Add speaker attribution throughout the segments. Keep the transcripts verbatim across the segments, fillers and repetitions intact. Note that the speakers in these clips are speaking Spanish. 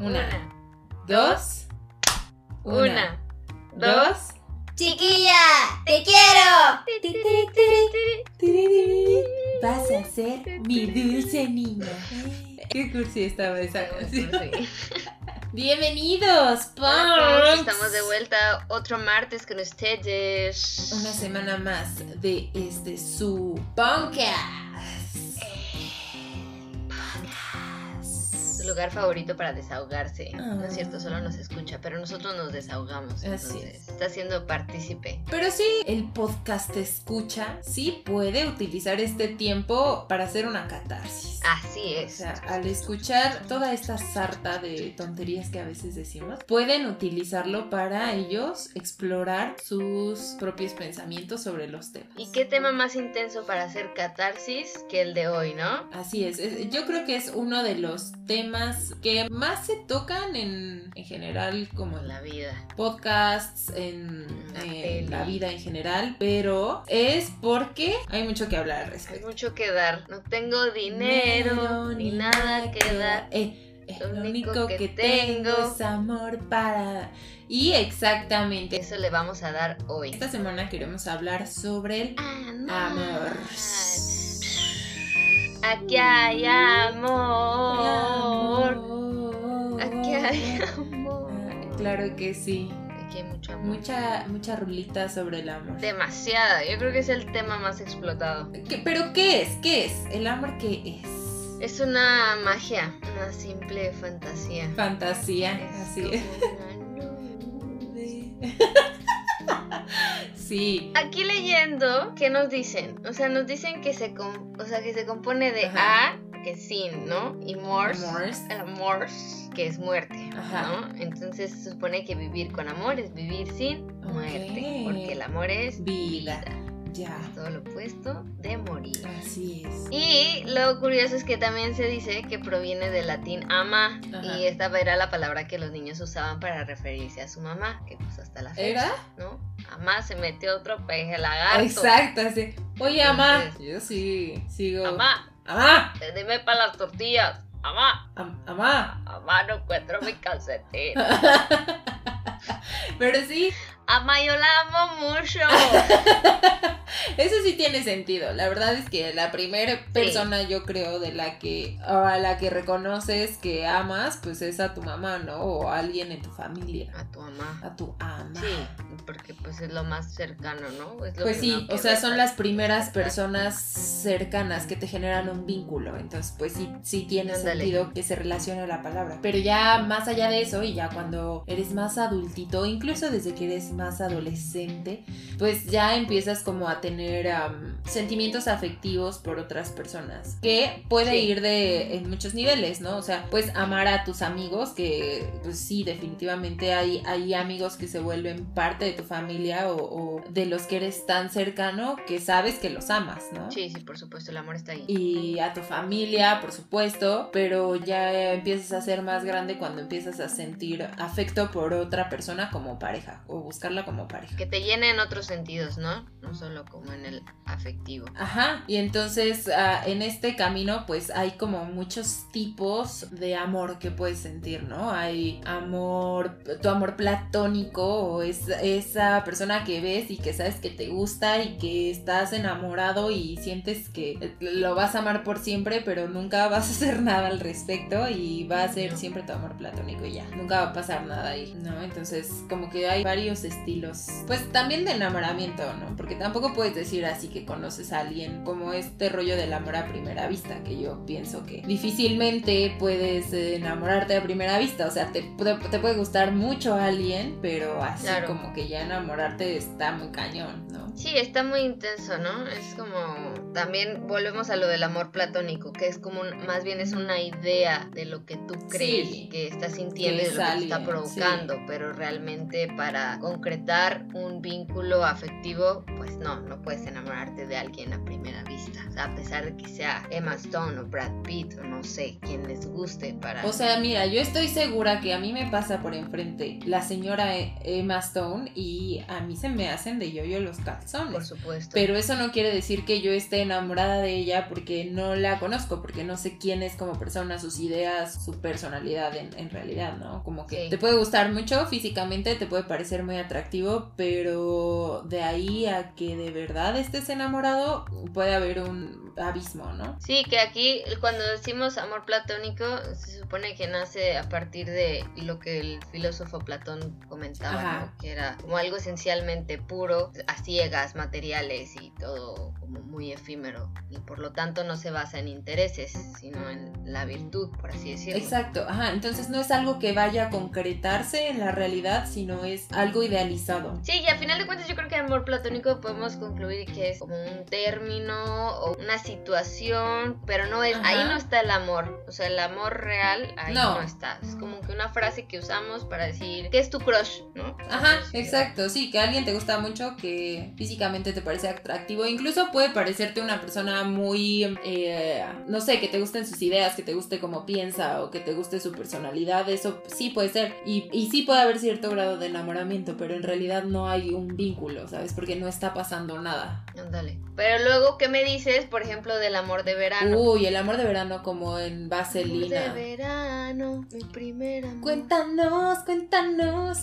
Speaker 1: Una, dos,
Speaker 2: Una,
Speaker 1: una, dos.
Speaker 2: Chiquilla, te quiero.
Speaker 1: Vas a ser mi dulce niña. Qué cursi estaba esa canción. Bienvenidos,
Speaker 2: Hola,
Speaker 1: punks.
Speaker 2: estamos de vuelta otro martes con ustedes.
Speaker 1: Una semana más de este su podcast.
Speaker 2: Su lugar favorito para desahogarse.
Speaker 1: Ah.
Speaker 2: No es cierto, solo nos escucha, pero nosotros nos desahogamos.
Speaker 1: Así
Speaker 2: Entonces,
Speaker 1: es.
Speaker 2: está siendo partícipe.
Speaker 1: Pero sí, el podcast escucha, sí puede utilizar este tiempo para hacer una catarsis.
Speaker 2: Así
Speaker 1: O
Speaker 2: es.
Speaker 1: sea, al escuchar toda esta sarta de tonterías que a veces decimos, pueden utilizarlo para ellos explorar sus propios pensamientos sobre los temas.
Speaker 2: ¿Y qué tema más intenso para hacer catarsis que el de hoy, no?
Speaker 1: Así es, es- yo creo que es uno de los temas que más se tocan en, en general, como
Speaker 2: En
Speaker 1: en
Speaker 2: la vida.
Speaker 1: podcasts, en,
Speaker 2: La
Speaker 1: en
Speaker 2: tele.
Speaker 1: la vida en general, pero es porque hay mucho que hablar al
Speaker 2: Hay
Speaker 1: respecto.
Speaker 2: mucho que dar. No tengo dinero, ni nada que dar.
Speaker 1: Eh, eh,
Speaker 2: Lo
Speaker 1: lo
Speaker 2: único
Speaker 1: único
Speaker 2: que
Speaker 1: que tengo
Speaker 2: tengo
Speaker 1: es amor para... Y exactamente,
Speaker 2: Eso le vamos a dar hoy.
Speaker 1: esta semana queremos hablar sobre el amor.
Speaker 2: Aquí hay amor.
Speaker 1: Amor.
Speaker 2: Aquí hay amor.
Speaker 1: Ah, claro que sí.
Speaker 2: Aquí hay mucho amor.
Speaker 1: Mucha, mucha rulita sobre el amor.
Speaker 2: Demasiada. Yo creo que es el tema más explotado.
Speaker 1: ¿Qué- ¿Pero qué es? ¿Qué es? ¿El amor qué es?
Speaker 2: Es una magia, una simple fantasía.
Speaker 1: Fantasía,
Speaker 2: Es
Speaker 1: así
Speaker 2: como
Speaker 1: es.
Speaker 2: una nube.
Speaker 1: Sí.
Speaker 2: Aquí leyendo, ¿qué nos dicen? O sea, nos dicen que se, com- o sea, que se compone de
Speaker 1: Ajá.
Speaker 2: a, que es sin, ¿no? Y mors,
Speaker 1: Amors.
Speaker 2: el amors, que es muerte,
Speaker 1: Ajá.
Speaker 2: ¿no? Entonces se supone que vivir con amor es vivir sin
Speaker 1: Ok.
Speaker 2: muerte, porque el amor es
Speaker 1: Vida.
Speaker 2: vida.
Speaker 1: Ya.
Speaker 2: Es todo lo opuesto de morir.
Speaker 1: Así es.
Speaker 2: Y lo curioso es que también se dice que proviene del latín ama.
Speaker 1: Ajá.
Speaker 2: Y esta era la palabra que los niños usaban para referirse a su mamá, que pues hasta la fecha,
Speaker 1: ¿Era?
Speaker 2: ¿no? Mamá se metió otro peje lagarto.
Speaker 1: Exacto, así. Oye, mamá.
Speaker 2: Entonces-
Speaker 1: Yo sí, sigo.
Speaker 2: Mamá,
Speaker 1: ¡Amá!
Speaker 2: dime para las tortillas. Mamá,
Speaker 1: Am- ¡Amá!
Speaker 2: mamá, no encuentro mi calcetín.
Speaker 1: Pero sí,
Speaker 2: Mamá, yo la amo mucho.
Speaker 1: eso sí tiene sentido. La verdad es que la primera persona, yo creo, de la que a la que reconoces que amas, pues es a tu mamá, ¿no? O a alguien en tu familia.
Speaker 2: A tu mamá.
Speaker 1: A tu ama.
Speaker 2: Sí, porque pues es lo más cercano, ¿no? Es lo
Speaker 1: Pues sí,
Speaker 2: primero que
Speaker 1: o sea,
Speaker 2: ves
Speaker 1: son
Speaker 2: al
Speaker 1: las primeras
Speaker 2: despertar.
Speaker 1: personas cercanas que te generan un vínculo. Entonces, pues sí, sí tiene
Speaker 2: Ándale.
Speaker 1: sentido que se relacione la palabra. Pero ya más allá de eso, y ya cuando eres más adultito, incluso desde que eres más adolescente, pues ya empiezas como a tener am, sentimientos afectivos por otras personas. Que puede
Speaker 2: Sí.
Speaker 1: ir de en muchos niveles, ¿no? O sea, pues amar a tus amigos, que pues sí, definitivamente hay, hay amigos que se vuelven parte de tu familia o, o de los que eres tan cercano que sabes que los amas, ¿no?
Speaker 2: Sí, sí, por supuesto, el amor está ahí.
Speaker 1: Y a tu familia, por supuesto, pero ya empiezas a ser más grande cuando empiezas a sentir afecto por otra persona como pareja o buscarla como pareja.
Speaker 2: Que te llene en otros sentidos, ¿no? No solo como en el afectivo.
Speaker 1: Ajá, y entonces ah, en este camino pues hay como muchos tipos de amor que puedes sentir, ¿no? Hay amor, tu amor platónico o es, esa persona que ves y que sabes que te gusta y que estás enamorado y sientes que lo vas a amar por siempre, pero nunca vas a hacer nada al respecto y va a ser
Speaker 2: No.
Speaker 1: siempre tu amor platónico y ya, nunca va a pasar nada ahí, ¿no? Entonces como que hay varios estilos, pues también de enamoramiento, ¿no? Porque tampoco puedes decir así que conoces a alguien como este rollo del amor a primera vista, que yo pienso que difícilmente puedes eh, enamorarte a primera vista, o sea, te, puede- te puede gustar mucho a alguien, pero así
Speaker 2: Claro.
Speaker 1: como que ya enamorarte está muy cañón, ¿no?
Speaker 2: Sí, está muy intenso, ¿no? Es como... También volvemos a lo del amor platónico, que es como... un- más bien es una idea de lo que tú crees
Speaker 1: Sí.
Speaker 2: que estás sintiendo
Speaker 1: Que
Speaker 2: y de lo que
Speaker 1: es
Speaker 2: te está
Speaker 1: alguien,
Speaker 2: provocando, pero realmente para concretar un vínculo afectivo, pues no, no puedes enamorarte de alguien a primera vista. O sea, a pesar de que sea Emma Stone o Brad Pitt o no sé, quien les guste para...
Speaker 1: O sea, mira, yo estoy segura que a mí me pasa por enfrente la señora Emma Stone y a mí se me hacen de yo-yo los calzones.
Speaker 2: Por supuesto.
Speaker 1: Pero eso no quiere decir que yo esté enamorada de ella porque no la conozco, porque no sé quién es como persona, sus ideas, su personalidad en, en realidad, ¿no? Como que sí. Te puede gustar mucho físicamente, te puede parecer muy atractivo, pero de ahí a que de verdad estés enamorado puede haber un abismo, ¿no?
Speaker 2: Sí, que aquí cuando decimos amor platónico se supone que nace a partir de lo que el filósofo Platón comentaba, ¿no? Que era como algo esencialmente puro, a ciegas, materiales y todo como muy efímero, y por lo tanto no se basa en intereses, sino en la virtud, por así decirlo.
Speaker 1: Exacto, ajá, entonces no es algo que vaya a concretarse en la realidad, sino es algo idealizado.
Speaker 2: Sí, y al final de cuentas yo creo que amor platónico podemos concluir que es como un término o una situación, pero no es, ahí no está el amor, o sea, el amor real ahí no. no está, es como que una frase que usamos para decir que es tu crush, ¿no?
Speaker 1: Ajá, exacto, sí, que a alguien te gusta mucho, que físicamente te parece atractivo, incluso puede parecerte una persona muy, eh, no sé, que te gusten sus ideas, que te guste cómo piensa o que te guste su personalidad, eso sí puede ser, y, y sí puede haber cierto grado de enamoramiento, pero en realidad no hay un vínculo, ¿sabes? Porque no está pasando nada.
Speaker 2: Ándale. Pero luego, ¿qué me dices, por ejemplo, del amor de verano?
Speaker 1: Uy, el amor de verano como en Vaselina.
Speaker 2: Amor de verano, mi primer amor.
Speaker 1: Cuéntanos, cuéntanos.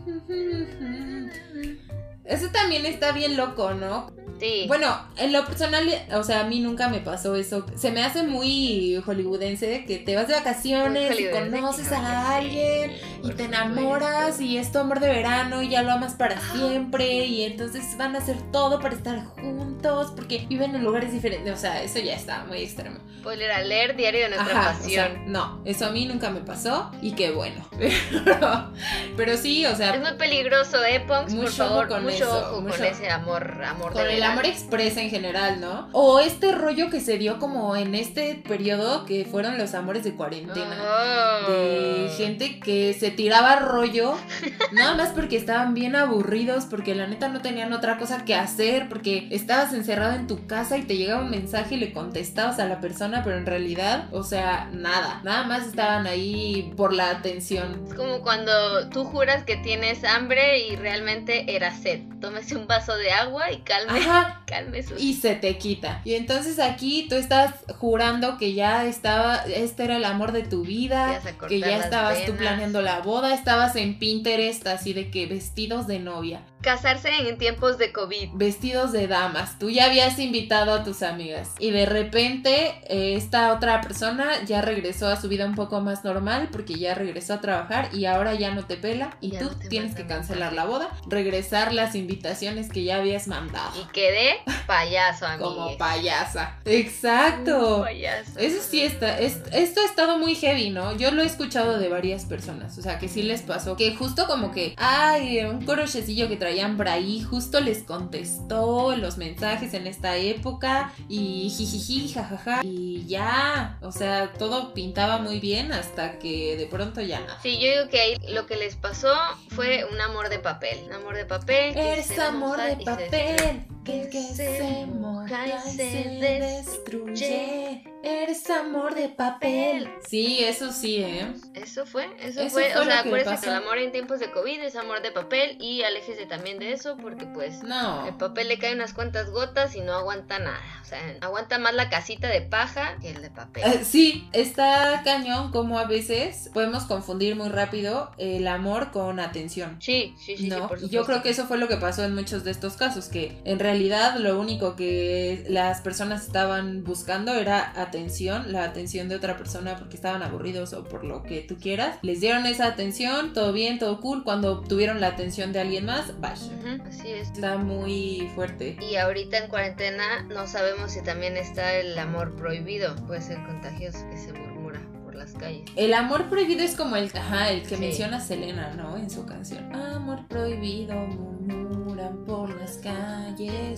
Speaker 1: Eso también está bien loco, ¿no?
Speaker 2: Sí.
Speaker 1: Bueno, en lo personal, o sea, a mí nunca me pasó eso. Se me hace muy hollywoodense que te vas de vacaciones y conoces a alguien y te enamoras y es tu amor de verano y ya lo amas para siempre y entonces van a hacer todo para estar juntos porque viven en lugares diferentes. O sea, eso ya está muy extremo.
Speaker 2: Spoiler alert, diario de nuestra
Speaker 1: Ajá,
Speaker 2: pasión.
Speaker 1: O sea, no, eso a mí nunca me pasó y qué bueno. Pero, pero sí, o sea...
Speaker 2: Es muy peligroso, ¿eh, Punks? Por favor,
Speaker 1: con
Speaker 2: mucho
Speaker 1: eso,
Speaker 2: ojo
Speaker 1: mucho.
Speaker 2: con ese amor, amor
Speaker 1: con
Speaker 2: de
Speaker 1: el
Speaker 2: verano.
Speaker 1: amor express en general, ¿no? O este rollo que se dio como en este periodo que fueron los amores de cuarentena.
Speaker 2: Oh.
Speaker 1: De gente que se tiraba rollo nada más porque estaban bien aburridos, porque la neta no tenían otra cosa que hacer, porque estabas encerrado en tu casa y te llegaba un mensaje y le contestabas a la persona, pero en realidad, o sea, nada. Nada más estaban ahí por la atención.
Speaker 2: Es como cuando tú juras que tienes hambre y realmente era sed. Tómese un vaso de agua y calme,
Speaker 1: Ajá.
Speaker 2: calme su...
Speaker 1: Y se te quita. Y entonces aquí tú estás jurando que ya estaba, este era el amor de tu vida, que ya estabas
Speaker 2: venas.
Speaker 1: tú planeando la boda, estabas en Pinterest así de que vestidos de novia.
Speaker 2: Casarse en tiempos de COVID.
Speaker 1: Vestidos de damas. Tú ya habías invitado a tus amigas. Y de repente eh, esta otra persona ya regresó a su vida un poco más normal porque ya regresó a trabajar y ahora ya no te pela y
Speaker 2: ya
Speaker 1: tú
Speaker 2: no
Speaker 1: tienes que cancelar la boda, regresar las invitaciones que ya habías mandado.
Speaker 2: Y quedé payaso, amigues.
Speaker 1: Como payasa. Exacto.
Speaker 2: Un payaso.
Speaker 1: Eso sí está, es, esto ha estado muy heavy, ¿no? Yo lo he escuchado de varias personas, o sea, que sí les pasó, que justo como que, ay, un crushecillo que traían por ahí, justo les contestó los mensajes en esta época y jijiji, jajaja, y ya, o sea, todo pintaba muy bien hasta que de pronto ya nada.
Speaker 2: Sí, yo digo que ahí lo que les pasó fue un amor de papel, un amor de papel. Que
Speaker 1: es
Speaker 2: se
Speaker 1: amor de
Speaker 2: moja
Speaker 1: papel,
Speaker 2: que
Speaker 1: el que
Speaker 2: se
Speaker 1: se moja y se destruye. Eres amor de papel. Sí, eso sí, ¿eh?
Speaker 2: Eso fue, eso,
Speaker 1: Eso
Speaker 2: fue,
Speaker 1: fue
Speaker 2: o sea,
Speaker 1: lo que
Speaker 2: acuérdense
Speaker 1: pasó.
Speaker 2: que el amor en tiempos de COVID es amor de papel y aléjese también de eso porque pues
Speaker 1: No.
Speaker 2: el papel le cae unas cuantas gotas y no aguanta nada, o sea, aguanta más la casita de paja que el de papel.
Speaker 1: Uh, sí, está cañón como a veces podemos confundir muy rápido el amor con atención.
Speaker 2: Sí, sí, sí,
Speaker 1: ¿no?
Speaker 2: sí, por
Speaker 1: Y
Speaker 2: supuesto.
Speaker 1: yo creo que eso fue lo que pasó en muchos de estos casos, que en realidad lo único que las personas estaban buscando era atención, la atención de otra persona porque estaban aburridos o por lo que tú quieras. Les dieron esa atención, todo bien, todo cool. Cuando obtuvieron la atención de alguien más, bye.
Speaker 2: Uh-huh, así es.
Speaker 1: Está muy fuerte.
Speaker 2: Y ahorita en cuarentena no sabemos si también está el amor prohibido, puede ser contagioso, que se murmura por las calles.
Speaker 1: El amor prohibido es como el, ajá, el que
Speaker 2: Sí.
Speaker 1: menciona Selena, ¿no? En su canción. Amor prohibido murmuran por las calles,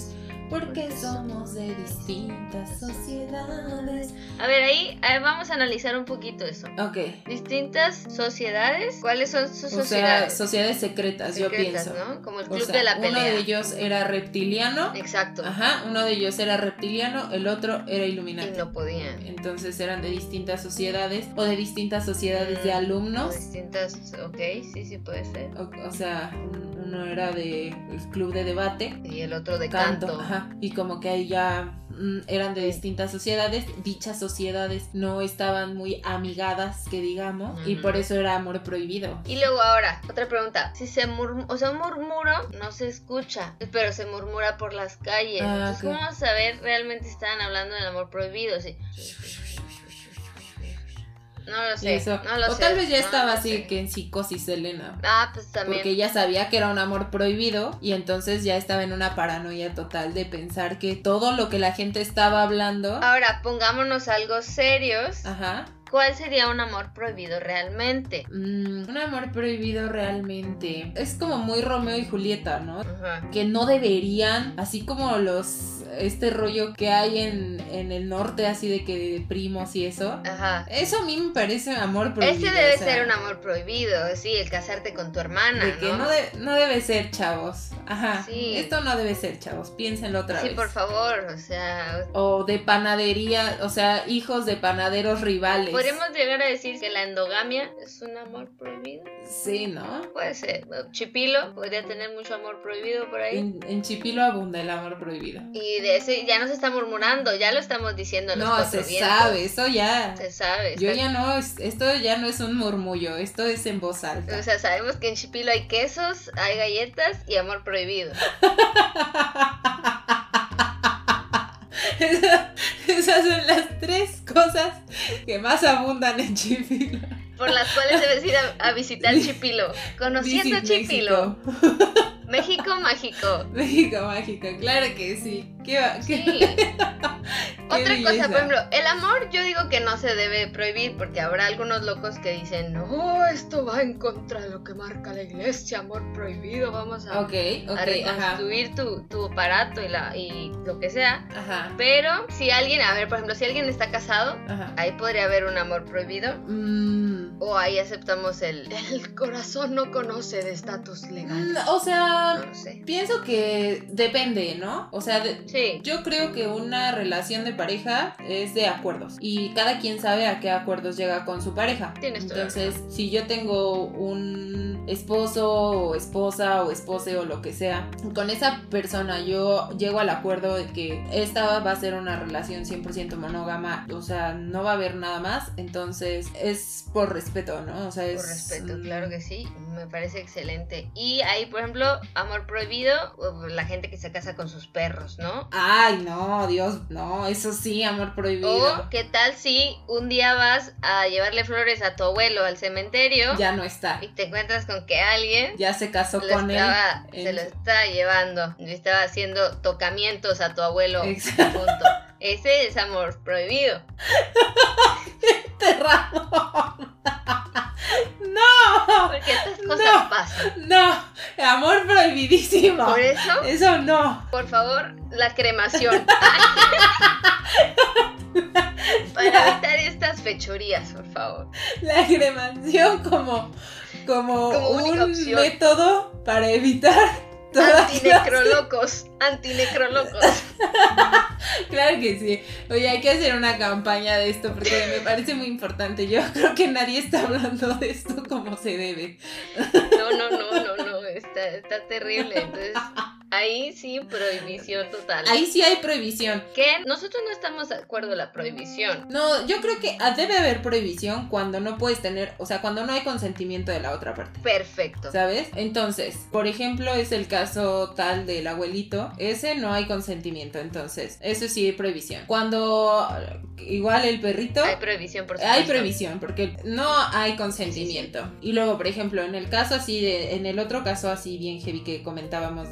Speaker 1: Porque somos de distintas sociedades.
Speaker 2: A ver, ahí eh, vamos a analizar un poquito eso.
Speaker 1: Ok.
Speaker 2: Distintas sociedades. ¿Cuáles son sus
Speaker 1: O
Speaker 2: sociedades?
Speaker 1: sea, sociedades secretas,
Speaker 2: Secretas,
Speaker 1: yo pienso.
Speaker 2: ¿no? Como el
Speaker 1: O
Speaker 2: club
Speaker 1: sea,
Speaker 2: de la pelea.
Speaker 1: uno de ellos era reptiliano.
Speaker 2: Exacto.
Speaker 1: Ajá, uno de ellos era reptiliano, el otro era Illuminati.
Speaker 2: Y no podían.
Speaker 1: Entonces eran de distintas sociedades o de distintas sociedades
Speaker 2: Mm,
Speaker 1: de
Speaker 2: o
Speaker 1: alumnos.
Speaker 2: distintas, ok, sí, sí puede ser.
Speaker 1: O, o sea, uno era de el club de debate,
Speaker 2: Y el otro de
Speaker 1: canto,
Speaker 2: canto.
Speaker 1: ajá, y como que ahí ya mm, eran de distintas sociedades. Dichas sociedades no estaban muy amigadas, que digamos, y
Speaker 2: Ujú.
Speaker 1: por eso era amor prohibido.
Speaker 2: Y luego ahora, otra pregunta. Si se murmura, o sea, un murmuro no se escucha, pero se murmura por las calles.
Speaker 1: Ah,
Speaker 2: Entonces,
Speaker 1: ok.
Speaker 2: ¿cómo vamos a saber realmente si estaban hablando del amor prohibido? Sí. No lo
Speaker 1: Y
Speaker 2: sé.
Speaker 1: eso.
Speaker 2: No lo
Speaker 1: o
Speaker 2: sé,
Speaker 1: tal vez ya
Speaker 2: no
Speaker 1: estaba
Speaker 2: lo
Speaker 1: así
Speaker 2: sé.
Speaker 1: que en psicosis Elena.
Speaker 2: Ah, pues también.
Speaker 1: Porque ella sabía que era un amor prohibido y entonces ya estaba en una paranoia total de pensar que todo lo que la gente estaba hablando.
Speaker 2: Ahora, pongámonos algo serios.
Speaker 1: Ajá.
Speaker 2: ¿Cuál sería un amor prohibido realmente?
Speaker 1: Mm, un amor prohibido realmente. Es como muy Romeo y Julieta, ¿no?
Speaker 2: Ajá.
Speaker 1: Que no deberían, así como los este rollo que hay en, en el norte, así de que de primos y eso.
Speaker 2: Ajá.
Speaker 1: Eso a mí me parece amor prohibido.
Speaker 2: Ese debe
Speaker 1: o sea,
Speaker 2: ser un amor prohibido, sí, el casarte con tu hermana,
Speaker 1: de que
Speaker 2: ¿no?
Speaker 1: no, de- no debe ser, chavos. Ajá.
Speaker 2: Sí.
Speaker 1: Esto no debe ser, chavos. Piénsenlo otra
Speaker 2: Sí,
Speaker 1: vez.
Speaker 2: por favor, o sea,
Speaker 1: O de panadería, o sea, hijos de panaderos rivales.
Speaker 2: podríamos llegar a decir que la endogamia es un amor prohibido.
Speaker 1: Sí, ¿no?
Speaker 2: Puede ser. Chipilo podría tener mucho amor prohibido por ahí.
Speaker 1: En, en Chipilo abunda el amor prohibido.
Speaker 2: Y de ese ya no se está murmurando, ya lo estamos diciendo en los
Speaker 1: No,
Speaker 2: cuatro
Speaker 1: se
Speaker 2: vientos.
Speaker 1: sabe, eso ya.
Speaker 2: Se sabe.
Speaker 1: Yo
Speaker 2: está-
Speaker 1: ya no, es- esto ya no es un murmullo, esto es en voz alta.
Speaker 2: O sea, sabemos que en Chipilo hay quesos, hay galletas y amor prohibido.
Speaker 1: Esa- Esas son las tres cosas que más abundan en Chipilo.
Speaker 2: Por las cuales debes ir a, a visitar Chipilo. Conociendo
Speaker 1: Visit
Speaker 2: Chipilo.
Speaker 1: México.
Speaker 2: México mágico.
Speaker 1: México mágico, claro que sí. ¿Qué va? ¿Qué?
Speaker 2: Sí.
Speaker 1: Qué
Speaker 2: Otra
Speaker 1: belleza.
Speaker 2: cosa, por ejemplo, el amor yo digo que no se debe prohibir porque habrá algunos locos que dicen, no, esto va en contra de lo que marca la iglesia, amor prohibido, vamos a,
Speaker 1: Ok, ok,
Speaker 2: a
Speaker 1: ajá.
Speaker 2: reconstruir tu, tu aparato y, la, y lo que sea.
Speaker 1: Ajá,
Speaker 2: Pero si alguien, a ver, por ejemplo, si alguien está casado,
Speaker 1: ajá.
Speaker 2: ahí podría haber un amor prohibido.
Speaker 1: Mm,
Speaker 2: O ahí aceptamos el, el corazón no conoce de estatus legal.
Speaker 1: mm, o sea,
Speaker 2: No lo sé.
Speaker 1: pienso que depende, ¿no? O sea, de-
Speaker 2: Sí.
Speaker 1: yo creo que una relación de pareja es de acuerdos y cada quien sabe a qué acuerdos llega con su pareja.
Speaker 2: Tienes toda la
Speaker 1: Entonces, si yo tengo un esposo o esposa o espose o lo que sea, con esa persona yo llego al acuerdo de que esta va a ser una relación cien por ciento monógama, o sea, no va a haber nada más, entonces es por respeto, ¿no? O sea, es...
Speaker 2: Por respeto,
Speaker 1: mm,
Speaker 2: claro que sí, me parece excelente. Y ahí, por ejemplo, amor prohibido, la gente que se casa con sus perros, ¿no?
Speaker 1: Ay, no, Dios, no, eso sí, amor prohibido.
Speaker 2: O, ¿qué tal si un día vas a llevarle flores a tu abuelo al cementerio
Speaker 1: Ya no está.
Speaker 2: y te encuentras con que alguien
Speaker 1: Ya se casó
Speaker 2: lo
Speaker 1: con
Speaker 2: estaba,
Speaker 1: él.
Speaker 2: se lo estaba llevando, le estaba haciendo tocamientos a tu abuelo?
Speaker 1: Exacto.
Speaker 2: Punto. Ese es amor prohibido.
Speaker 1: Enterrado. No,
Speaker 2: Porque estas cosas
Speaker 1: No.
Speaker 2: pasan.
Speaker 1: no, amor prohibidísimo.
Speaker 2: Por eso,
Speaker 1: Eso no.
Speaker 2: por favor, la cremación. Para evitar estas fechorías, por favor.
Speaker 1: La cremación como, como,
Speaker 2: Como única
Speaker 1: un
Speaker 2: opción.
Speaker 1: método para evitar todas las...
Speaker 2: Antinecrolocos, antinecrolocos.
Speaker 1: Claro que sí. Oye, hay que hacer una campaña de esto porque me parece muy importante. Yo creo que nadie está hablando de esto como se debe.
Speaker 2: No, no, no, no, no, está, está terrible. Entonces, ahí sí, prohibición total.
Speaker 1: Ahí sí hay prohibición.
Speaker 2: Que nosotros no estamos de acuerdo en la prohibición.
Speaker 1: No, yo creo que debe haber prohibición cuando no puedes tener, o sea, cuando no hay consentimiento de la otra parte.
Speaker 2: Perfecto.
Speaker 1: ¿Sabes? Entonces, por ejemplo, es el caso tal del abuelito. Ese no hay consentimiento, entonces, eso sí hay prohibición. Cuando igual el perrito...
Speaker 2: Hay prohibición, por supuesto.
Speaker 1: Hay prohibición, porque no hay consentimiento. Y luego, por ejemplo, en el caso así de, en el otro caso así bien heavy que comentábamos de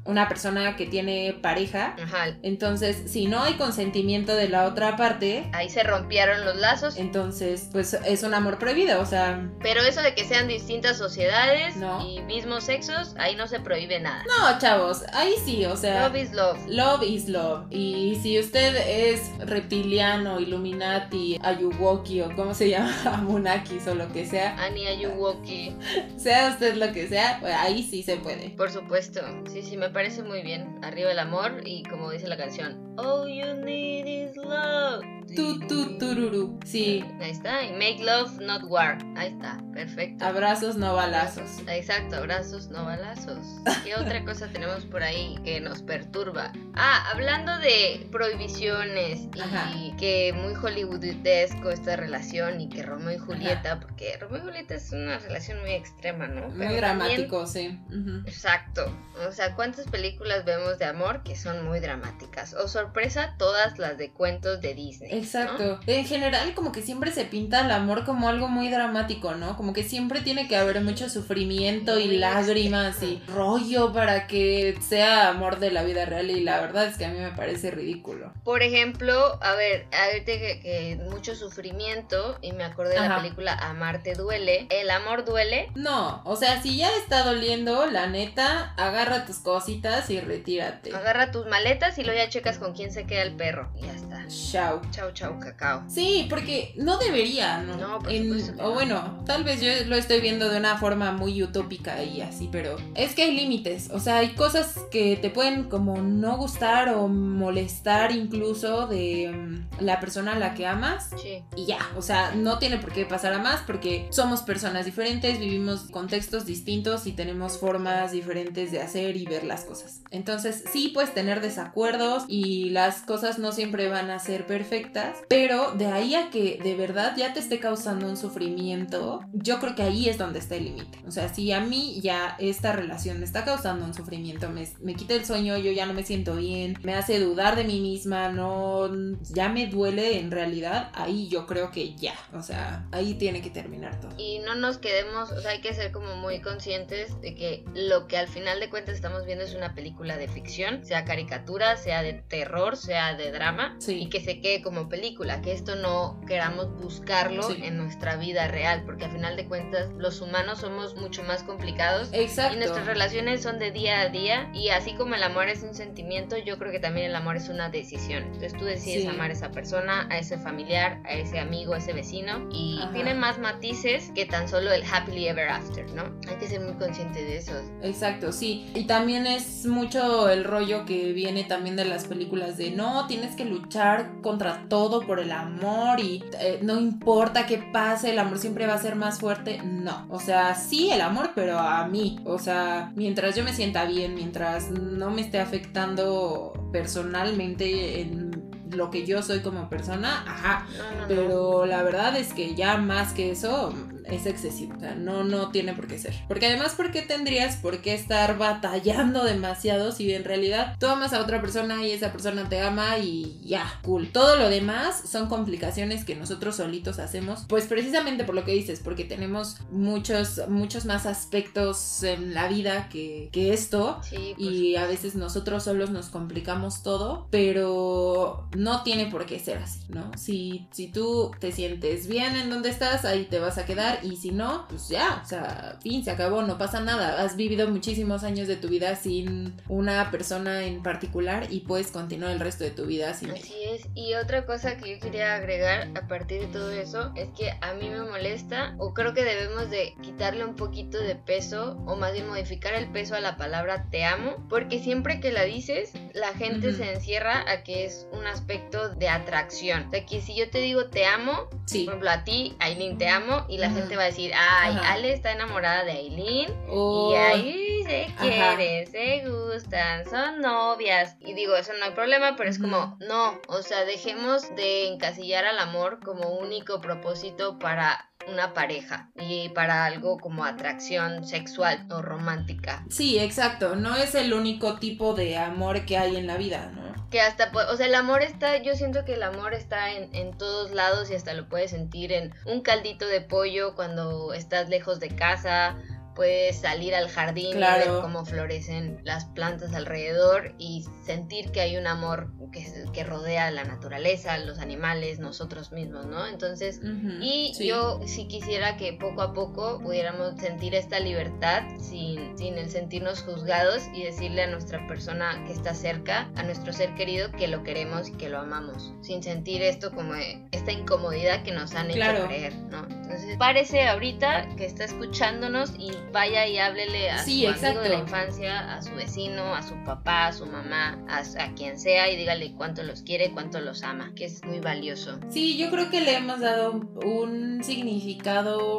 Speaker 1: una persona que tiene pareja.
Speaker 2: Ajá.
Speaker 1: Entonces, si no hay consentimiento de la otra parte,
Speaker 2: ahí se rompieron los lazos.
Speaker 1: Entonces, pues es un amor prohibido, o sea...
Speaker 2: Pero eso de que sean distintas sociedades
Speaker 1: no.
Speaker 2: y mismos sexos, ahí no se prohíbe nada.
Speaker 1: No, chavos, ahí sí, o sea...
Speaker 2: Love is love.
Speaker 1: Love is love. Y si usted es reptiliano, Illuminati, Ayuwoki o cómo se llama, Amunakis o lo que sea...
Speaker 2: Ani Ayuwoki.
Speaker 1: Sea usted lo que sea, pues ahí sí se puede.
Speaker 2: Por supuesto, sí, sí, me parece muy bien. Arriba el amor y como dice la canción, all you need is love.
Speaker 1: Tu, tu, tururu. Sí.
Speaker 2: Ahí está. Y make love, not war. Ahí está. Perfecto.
Speaker 1: Abrazos, no balazos.
Speaker 2: Exacto. Abrazos, no balazos. ¿Qué otra cosa tenemos por ahí que nos perturba? Ah, hablando de prohibiciones y
Speaker 1: Ajá.
Speaker 2: que muy hollywoodesco esta relación y que Romeo y Julieta, Ajá. porque Romeo y Julieta es una relación muy extrema, ¿no?
Speaker 1: Muy
Speaker 2: Pero
Speaker 1: dramático,
Speaker 2: también...
Speaker 1: sí. Uh-huh.
Speaker 2: Exacto. O sea, ¿cuántas películas vemos de amor que son muy dramáticas? O sorpresa, todas las de cuentos de Disney.
Speaker 1: Exacto.
Speaker 2: ¿No?
Speaker 1: En general, como que siempre se pinta el amor como algo muy dramático, ¿no? Como que siempre tiene que haber mucho sufrimiento y lágrimas y rollo para que sea amor de la vida real, y la verdad es que a mí me parece ridículo.
Speaker 2: Por ejemplo, a ver, ahorita que, que mucho sufrimiento, y me acordé de Ajá. la película Amar te duele. ¿El amor duele?
Speaker 1: No, o sea, si ya está doliendo, la neta, agarra tus cositas y retírate.
Speaker 2: Agarra tus maletas y luego ya checas con quién se queda el perro. Y ya está.
Speaker 1: Chao.
Speaker 2: Chao, chao, cacao.
Speaker 1: Sí, porque no debería, ¿no?
Speaker 2: No, por
Speaker 1: en,
Speaker 2: supuesto que
Speaker 1: o
Speaker 2: no.
Speaker 1: bueno, tal vez yo lo estoy viendo de una forma muy utópica y así, pero es que hay límites. O sea, hay cosas que te pueden como no gustar o molestar incluso de um, la persona a la que amas.
Speaker 2: Sí.
Speaker 1: Y ya, o sea, no tiene por qué pasar a más porque somos personas diferentes, vivimos contextos distintos y tenemos formas diferentes de hacer y ver las cosas. Entonces, sí puedes tener desacuerdos y las cosas no siempre van a ser perfectas, pero de ahí a que de verdad ya te esté causando un sufrimiento, yo creo que ahí es donde está el límite. O sea, si a mí ya esta relación me está causando un sufrimiento, me, me quita el sueño, yo ya no me siento bien, me hace dudar de mí misma, no, ya me duele en realidad, ahí yo creo que ya, o sea, ahí tiene que terminar todo.
Speaker 2: Y no nos quedemos, o sea, hay que ser como muy conscientes de que lo que al final de cuentas estamos viendo es una película de ficción, sea caricatura, sea de terror, sea de drama,
Speaker 1: sí.
Speaker 2: y que se quede como película, que esto no queramos buscarlo sí. en nuestra vida real, porque al final de cuentas los humanos somos mucho más complicados.
Speaker 1: Exacto.
Speaker 2: Y nuestras relaciones son de día a día, y así como el amor es un sentimiento, yo creo que también el amor es una decisión. Entonces tú decides sí. amar a esa persona, a ese familiar, a ese amigo, a ese vecino, y Ajá. tiene más matices que tan solo el happily ever after, ¿no? Hay que ser muy consciente de eso.
Speaker 1: Exacto, sí. Y también es mucho el rollo que viene también de las películas de no, tienes que luchar contra todo por el amor y eh, no importa qué pase, el amor siempre va a ser más fuerte. No, o sea, sí el amor, pero a mí, o sea, mientras yo me sienta bien, mientras no me esté afectando personalmente en lo que yo soy como persona, ajá,
Speaker 2: no, no,
Speaker 1: pero
Speaker 2: no.
Speaker 1: la verdad es que ya más que eso es excesivo, o sea, no, no tiene por qué ser, porque además, ¿por qué tendrías por qué estar batallando demasiado si en realidad tú amas a otra persona y esa persona te ama y ya, cool? Todo lo demás son complicaciones que nosotros solitos hacemos, pues precisamente por lo que dices, porque tenemos muchos, muchos más aspectos en la vida que, que esto,
Speaker 2: sí,
Speaker 1: y a veces nosotros solos nos complicamos todo, pero no tiene por qué ser así, ¿no? Si, si tú te sientes bien en donde estás, ahí te vas a quedar, y si no, pues ya, o sea, fin, se acabó, no pasa nada. Has vivido muchísimos años de tu vida sin una persona en particular y puedes continuar el resto de tu vida sin
Speaker 2: Así ella. Es, y otra cosa que yo quería agregar a partir de todo eso es que a mí me molesta, o creo que debemos de quitarle un poquito de peso, o más bien modificar el peso a la palabra te amo, porque siempre que la dices, la gente uh-huh. se encierra a que es un aspecto de atracción. O sea, que si yo te digo te amo,
Speaker 1: sí.
Speaker 2: por ejemplo a ti, Aileen, te amo, y la uh-huh. gente va a decir, ay, Ajá. Ale está enamorada de Aileen, oh. y ahí se quieren, Ajá. se gustan, son novias, y digo, eso no hay problema, pero uh-huh. es como, no, o sea, dejemos de encasillar al amor como único propósito para una pareja y para algo como atracción sexual o romántica.
Speaker 1: Sí, exacto, no es el único tipo de amor que hay en la vida, ¿no?
Speaker 2: Que hasta, o sea, el amor está, yo siento que el amor está en, en todos lados, y hasta lo puedes sentir en un caldito de pollo cuando estás lejos de casa, puedes salir al jardín
Speaker 1: claro.
Speaker 2: y ver cómo florecen las plantas alrededor y sentir que hay un amor que, que rodea la naturaleza, los animales, nosotros mismos, ¿no? Entonces, uh-huh, y sí. yo sí quisiera que poco a poco pudiéramos sentir esta libertad sin, sin el sentirnos juzgados y decirle a nuestra persona que está cerca, a nuestro ser querido, que lo queremos y que lo amamos, sin sentir esto como esta incomodidad que nos han
Speaker 1: claro.
Speaker 2: hecho creer, ¿no? Entonces, párese ahorita que está escuchándonos y vaya y háblele a
Speaker 1: sí,
Speaker 2: su
Speaker 1: exacto.
Speaker 2: amigo de la infancia, a su vecino, a su papá, a su mamá, a, a quien sea, y dígale cuánto los quiere, cuánto los ama, que es muy valioso.
Speaker 1: Sí, yo creo que le hemos dado un significado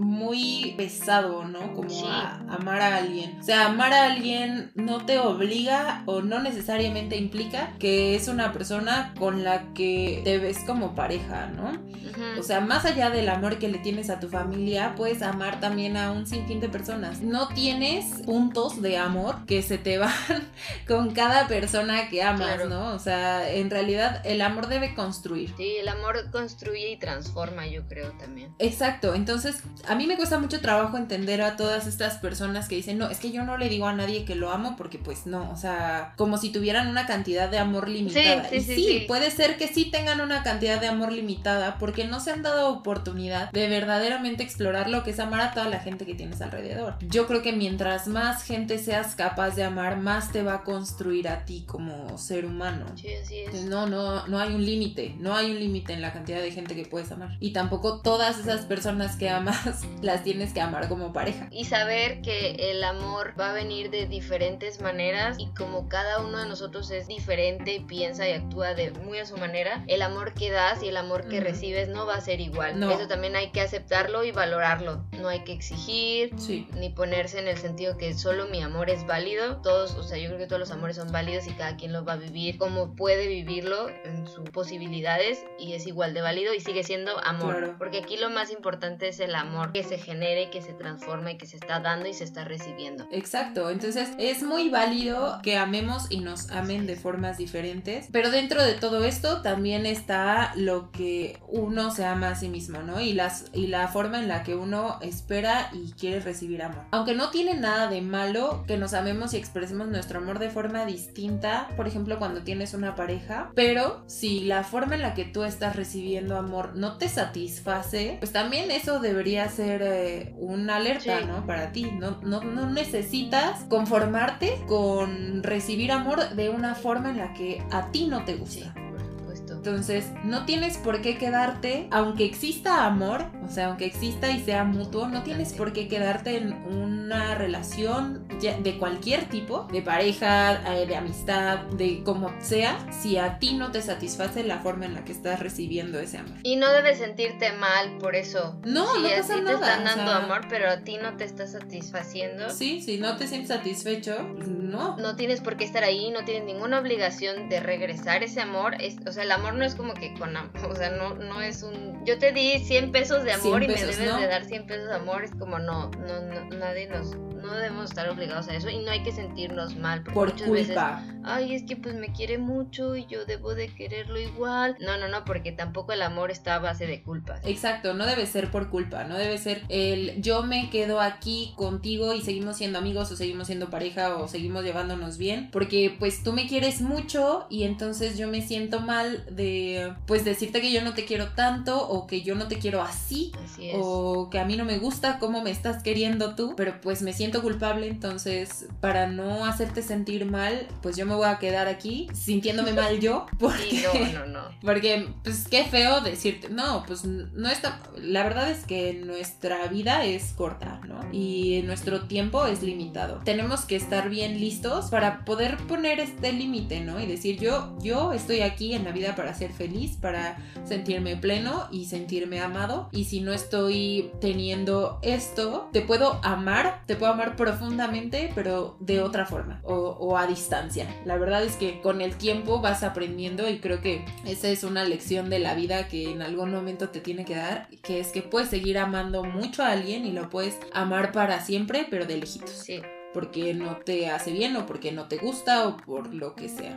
Speaker 1: muy pesado, ¿no? Como sí. a amar a alguien. O sea, amar a alguien no te obliga o no necesariamente implica que es una persona con la que te ves como pareja, ¿no? Uh-huh. O sea, más allá del amor que le tienes a tu familia, puedes amar también a un sinfín de personas. No tienes puntos de amor que se te van con cada persona que amas, claro. ¿no? O sea, en realidad el amor debe construir.
Speaker 2: Sí, el amor construye y transforma, yo creo también.
Speaker 1: Exacto, entonces a mí me cuesta mucho trabajo entender a todas estas personas que dicen, no, es que yo no le digo a nadie que lo amo porque pues no, o sea, como si tuvieran una cantidad de amor limitada.
Speaker 2: Sí, sí,
Speaker 1: y
Speaker 2: sí,
Speaker 1: sí,
Speaker 2: sí,
Speaker 1: puede ser que sí tengan una cantidad de amor limitada porque no se han dado oportunidad de verdaderamente explorar lo que es amar a toda la gente que tienes alrededor. Yo creo que mientras más gente seas capaz de amar, más te va a construir a ti como ser humano.
Speaker 2: Sí, así es.
Speaker 1: No, no, no hay un límite, no hay un límite en la cantidad de gente que puedes amar. Y tampoco todas esas personas que amas las tienes que amar como pareja.
Speaker 2: Y saber que el amor va a venir de diferentes maneras y como cada uno de nosotros es diferente y piensa y actúa de muy a su manera, el amor que das y el amor que uh-huh. recibes no va a ser igual. No. Eso también hay que aceptarlo y valorarlo. No hay que exigir
Speaker 1: sí.
Speaker 2: ni ponerse en el sentido que solo mi amor es válido. Todos, o sea, yo creo que todos los amores son válidos y cada quien los va a vivir como puede vivirlo en sus posibilidades y es igual de válido y sigue siendo amor.
Speaker 1: Claro.
Speaker 2: Porque aquí lo más importante es el amor que se genere, que se transforma y que se está dando y se está recibiendo.
Speaker 1: Exacto, entonces es muy válido que amemos y nos amen de formas diferentes, pero dentro de todo esto también está lo que uno se ama a sí mismo, ¿no? Y, las, y la forma en la que uno espera y quiere recibir amor. Aunque no tiene nada de malo que nos amemos y expresemos nuestro amor de forma distinta, por ejemplo, cuando tienes una pareja, pero si la forma en la que tú estás recibiendo amor no te satisface, pues también eso debería ser eh, una alerta, sí. ¿no? Para ti. No, no, no necesitas conformarte con recibir amor de una forma en la que a ti no te gusta.
Speaker 2: Sí.
Speaker 1: Entonces, no tienes por qué quedarte, aunque exista amor, o sea, aunque exista y sea mutuo, no tienes por qué quedarte en una relación de cualquier tipo, de pareja, de amistad, de como sea, si a ti no te satisface la forma en la que estás recibiendo ese amor.
Speaker 2: Y no debes sentirte mal por eso.
Speaker 1: No,
Speaker 2: si
Speaker 1: no pasa
Speaker 2: a ti
Speaker 1: nada.
Speaker 2: te están dando
Speaker 1: o sea,
Speaker 2: amor, pero a ti no te está satisfaciendo.
Speaker 1: Sí, si no te sientes satisfecho, no.
Speaker 2: No tienes por qué estar ahí, no tienes ninguna obligación de regresar ese amor. Es, o sea, el amor no es como que con amor, o sea, no, no es un... Yo te di cien pesos de amor y pesos, me debes ¿no? de dar cien pesos de amor, es como no, no, no nadie nos... No debemos estar obligados a eso y no hay que sentirnos mal.
Speaker 1: Por
Speaker 2: muchas
Speaker 1: culpa.
Speaker 2: Veces, ay, es que pues me quiere mucho y yo debo de quererlo igual. No, no, no, porque tampoco el amor está a base de culpas.
Speaker 1: Exacto, no debe ser por culpa, no debe ser el yo me quedo aquí contigo y seguimos siendo amigos o seguimos siendo pareja o seguimos llevándonos bien, porque pues tú me quieres mucho y entonces yo me siento mal de pues decirte que yo no te quiero tanto o que yo no te quiero así,
Speaker 2: así es.
Speaker 1: O que a mí no me gusta cómo me estás queriendo tú, pero pues me siento culpable, entonces para no hacerte sentir mal, pues yo me voy a quedar aquí sintiéndome mal yo, porque,
Speaker 2: sí, no, no, no.
Speaker 1: porque pues qué feo decirte, no, pues no está, la verdad es que nuestra vida es corta, ¿no? Y nuestro tiempo es limitado. Tenemos que estar bien listos para poder poner este límite, ¿no? Y decir yo, yo estoy aquí en la vida para ser feliz, para sentirme pleno y sentirme amado, y si no estoy teniendo esto, te puedo amar, te puedo amar profundamente, pero de otra forma o, o a distancia. La verdad es que con el tiempo vas aprendiendo y creo que esa es una lección de la vida que en algún momento te tiene que dar, que es que puedes seguir amando mucho a alguien y lo puedes amar para siempre, pero de lejitos.
Speaker 2: Sí.
Speaker 1: Porque no te hace bien o porque no te gusta o por lo que sea, ¿no?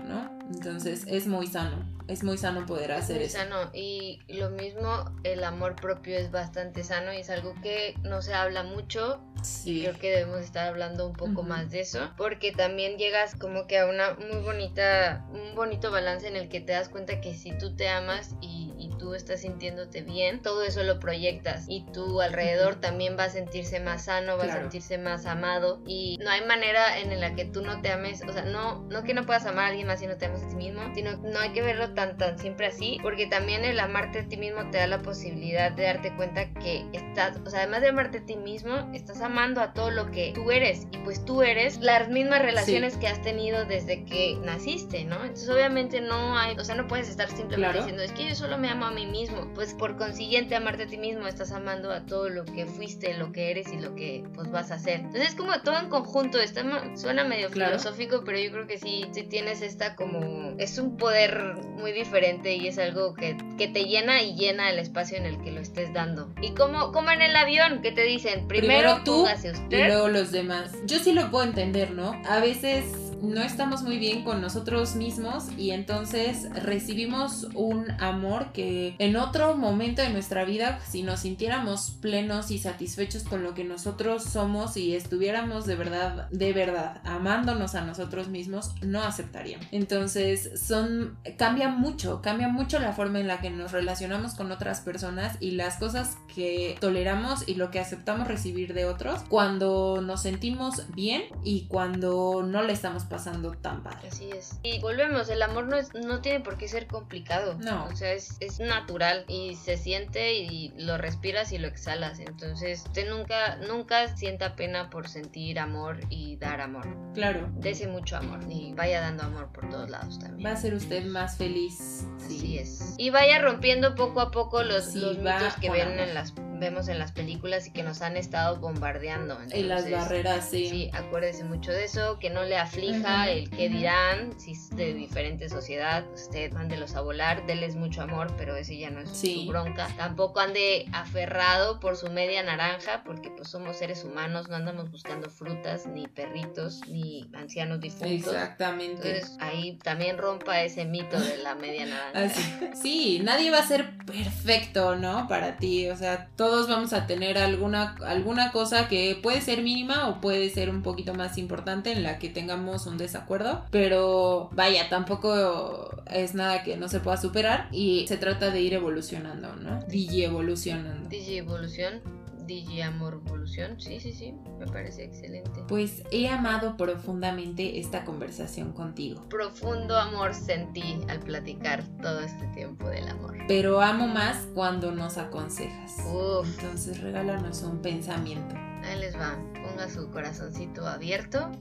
Speaker 1: Entonces es muy sano, es muy sano poder hacer
Speaker 2: muy
Speaker 1: eso.
Speaker 2: Sano. Y lo mismo, el amor propio es bastante sano y es algo que no se habla mucho.
Speaker 1: Sí.
Speaker 2: Creo que debemos estar hablando un poco
Speaker 1: uh-huh.
Speaker 2: más de eso, porque también llegas como que a una muy bonita, un bonito balance en el que te das cuenta que si tú te amas y, y tú estás sintiéndote bien, todo eso lo proyectas y tu alrededor uh-huh. también va a sentirse más sano, va claro. a sentirse más amado, y no hay manera en la que tú no te ames, o sea, no, no que no puedas amar a alguien más si no te amas a ti mismo, sino no hay que verlo tan tan siempre así, porque también el amarte a ti mismo te da la posibilidad de darte cuenta que estás, o sea, además de amarte a ti mismo, estás amando a todo lo que tú eres, y pues tú eres las mismas relaciones sí. que has tenido desde que naciste, ¿no? Entonces obviamente no hay, o sea, no puedes estar simplemente claro. diciendo, es que yo solo me amo a mí mismo, pues por consiguiente amarte a ti mismo estás amando a todo lo que fuiste, lo que eres y lo que pues vas a hacer. Entonces es como todo en conjunto, está, suena medio claro. filosófico, pero yo creo que sí, sí tienes esta como, es un poder muy diferente y es algo que, que te llena y llena el espacio en el que lo estés dando. Y como, como en el avión, que te dicen, primero, primero tú usted.
Speaker 1: Y luego los demás. Yo sí lo puedo entender, ¿no? A veces no estamos muy bien con nosotros mismos y entonces recibimos un amor que en otro momento de nuestra vida, si nos sintiéramos plenos y satisfechos con lo que nosotros somos y estuviéramos de verdad, de verdad amándonos a nosotros mismos, no aceptaríamos. Entonces son, cambia mucho, cambia mucho la forma en la que nos relacionamos con otras personas y las cosas que toleramos y lo que aceptamos recibir de otros cuando nos sentimos bien y cuando no le estamos pasando tan padre.
Speaker 2: Así es. Y volvemos, el amor no es, no tiene por qué ser complicado.
Speaker 1: No.
Speaker 2: O sea, es, es natural y se siente y lo respiras y lo exhalas. Entonces, usted nunca, nunca sienta pena por sentir amor y dar amor.
Speaker 1: Claro.
Speaker 2: Dese mucho amor y vaya dando amor por todos lados también.
Speaker 1: Va a ser usted más feliz. Sí.
Speaker 2: Así es. Y vaya rompiendo poco a poco los,
Speaker 1: sí,
Speaker 2: los mitos que ven en las vemos en las películas y que nos han estado bombardeando. Entonces,
Speaker 1: en las barreras, sí.
Speaker 2: Sí, acuérdese mucho de eso, que no le aflija uh-huh, el qué uh-huh. dirán, si es de diferente sociedad, usted mándelos a volar, déles mucho amor, pero ese ya no es sí. su bronca. Tampoco ande aferrado por su media naranja, porque pues somos seres humanos, no andamos buscando frutas, ni perritos, ni ancianos difuntos.
Speaker 1: Exactamente.
Speaker 2: Entonces ahí también rompa ese mito de la media naranja.
Speaker 1: Así. Sí, nadie va a ser perfecto, ¿no? Para ti, o sea, todo todos vamos a tener alguna, alguna cosa que puede ser mínima o puede ser un poquito más importante en la que tengamos un desacuerdo, pero vaya, tampoco es nada que no se pueda superar y se trata de ir evolucionando, ¿no? Digi evolucionando.
Speaker 2: Digi evolución. Digi Amor Evolución, sí, sí, sí, me parece excelente.
Speaker 1: Pues he amado profundamente esta conversación contigo.
Speaker 2: Profundo amor sentí al platicar todo este tiempo del amor.
Speaker 1: Pero amo más cuando nos aconsejas.
Speaker 2: Uf.
Speaker 1: Entonces regálanos un pensamiento.
Speaker 2: Ahí les va, ponga su corazoncito abierto.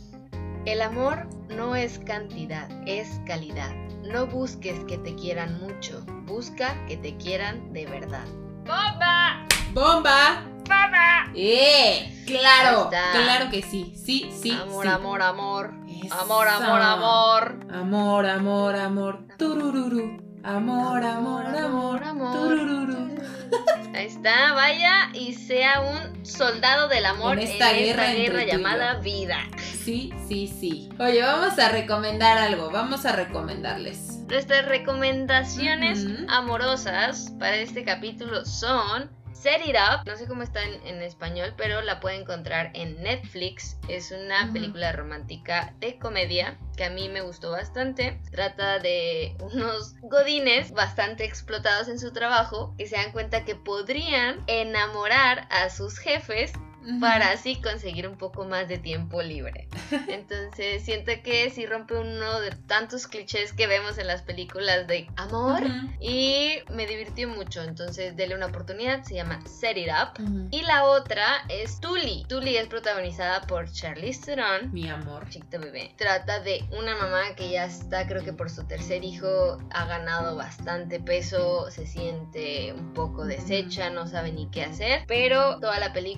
Speaker 2: El amor no es cantidad, es calidad. No busques que te quieran mucho, busca que te quieran de verdad. ¡Bomba!
Speaker 1: ¡Bomba!
Speaker 2: ¡Bomba!
Speaker 1: ¡Eh! ¡Claro! Claro que sí. Sí, sí,
Speaker 2: amor,
Speaker 1: sí.
Speaker 2: Amor, amor,
Speaker 1: Esa.
Speaker 2: amor. Amor, amor,
Speaker 1: amor. Amor, amor, amor. Turururu. Amor, amor, amor. amor. Turururu.
Speaker 2: Ahí está, vaya y sea un soldado del amor
Speaker 1: en esta
Speaker 2: en
Speaker 1: guerra,
Speaker 2: esta guerra llamada vida.
Speaker 1: Sí, sí, sí. Oye, vamos a recomendar algo, vamos a recomendarles.
Speaker 2: Nuestras recomendaciones uh-huh. amorosas para este capítulo son Set It Up, no sé cómo está en, en español, pero la pueden encontrar en Netflix. Es una uh-huh. película romántica de comedia que a mí me gustó bastante. Trata de unos godines bastante explotados en su trabajo que se dan cuenta que podrían enamorar a sus jefes uh-huh. para así conseguir un poco más de tiempo libre. Entonces siento que sí rompe uno de tantos clichés que vemos en las películas de amor uh-huh. y me divirtió mucho. Entonces denle una oportunidad, se llama Set It Up. Uh-huh. Y la otra es Tully. Tully es protagonizada por Charlize Theron,
Speaker 1: mi amor,
Speaker 2: chiquita bebé. Trata de una mamá que ya está, creo que por su tercer hijo, ha ganado bastante peso, se siente un poco deshecha, no sabe ni qué hacer, pero toda la película va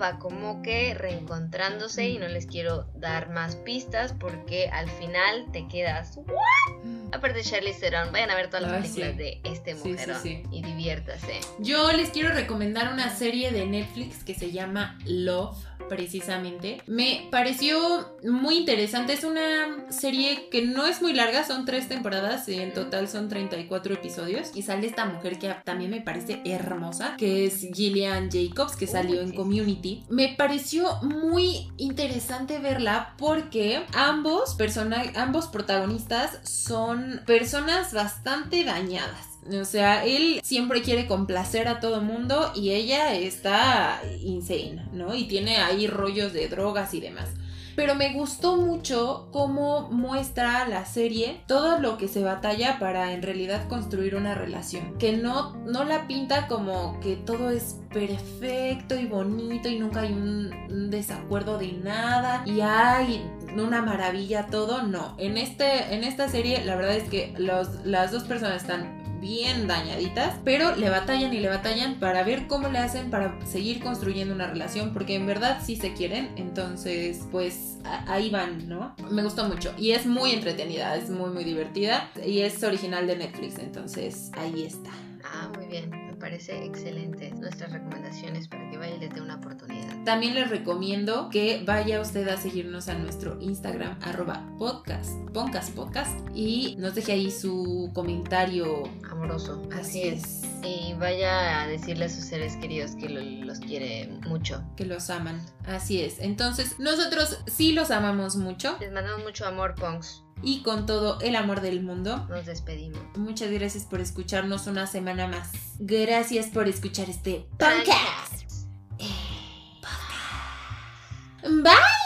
Speaker 2: va como que reencontrándose y no les quiero dar más pistas porque al final te quedas ¿what? Aparte de Charlize Theron, vayan a ver todas las
Speaker 1: Ay,
Speaker 2: películas
Speaker 1: sí.
Speaker 2: de este mujerón
Speaker 1: sí, sí, sí.
Speaker 2: y diviértase.
Speaker 1: Yo les quiero recomendar una serie de Netflix que se llama Love, precisamente. Me pareció muy interesante. Es una serie que no es muy larga, son tres temporadas y en total son treinta y cuatro episodios. Y sale esta mujer que también me parece hermosa, que es Gillian Jacobs, que salió en Community. Me pareció muy interesante verla porque ambos, persona- ambos protagonistas son personas bastante dañadas. O sea, él siempre quiere complacer a todo mundo y ella está insane, ¿no? Y tiene ahí rollos de drogas y demás. Pero me gustó mucho cómo muestra la serie todo lo que se batalla para en realidad construir una relación. Que no, no la pinta como que todo es perfecto y bonito y nunca hay un, un desacuerdo de nada y hay una maravilla todo. No, en, este, en esta serie la verdad es que los, las dos personas están bien dañaditas, pero le batallan y le batallan para ver cómo le hacen para seguir construyendo una relación, porque en verdad sí se quieren, entonces pues a- ahí van, ¿no? Me gustó mucho y es muy entretenida, es muy muy divertida y es original de Netflix, entonces ahí está.
Speaker 2: Ah, muy bien, me parece excelente nuestras recomendaciones para que vaya y les dé una oportunidad.
Speaker 1: También les recomiendo que vaya usted a seguirnos a nuestro Instagram, arroba podcast, podcast, podcast, y nos deje ahí su comentario
Speaker 2: amoroso.
Speaker 1: Así es.
Speaker 2: Y vaya a decirle a sus seres queridos que lo, los quiere mucho.
Speaker 1: Que los aman. Así es. Entonces, nosotros sí los amamos mucho.
Speaker 2: Les mandamos mucho amor, punks.
Speaker 1: Y con todo el amor del mundo,
Speaker 2: nos despedimos.
Speaker 1: Muchas gracias por escucharnos una semana más. Gracias por escuchar este podcast. Eh, podcast. Bye.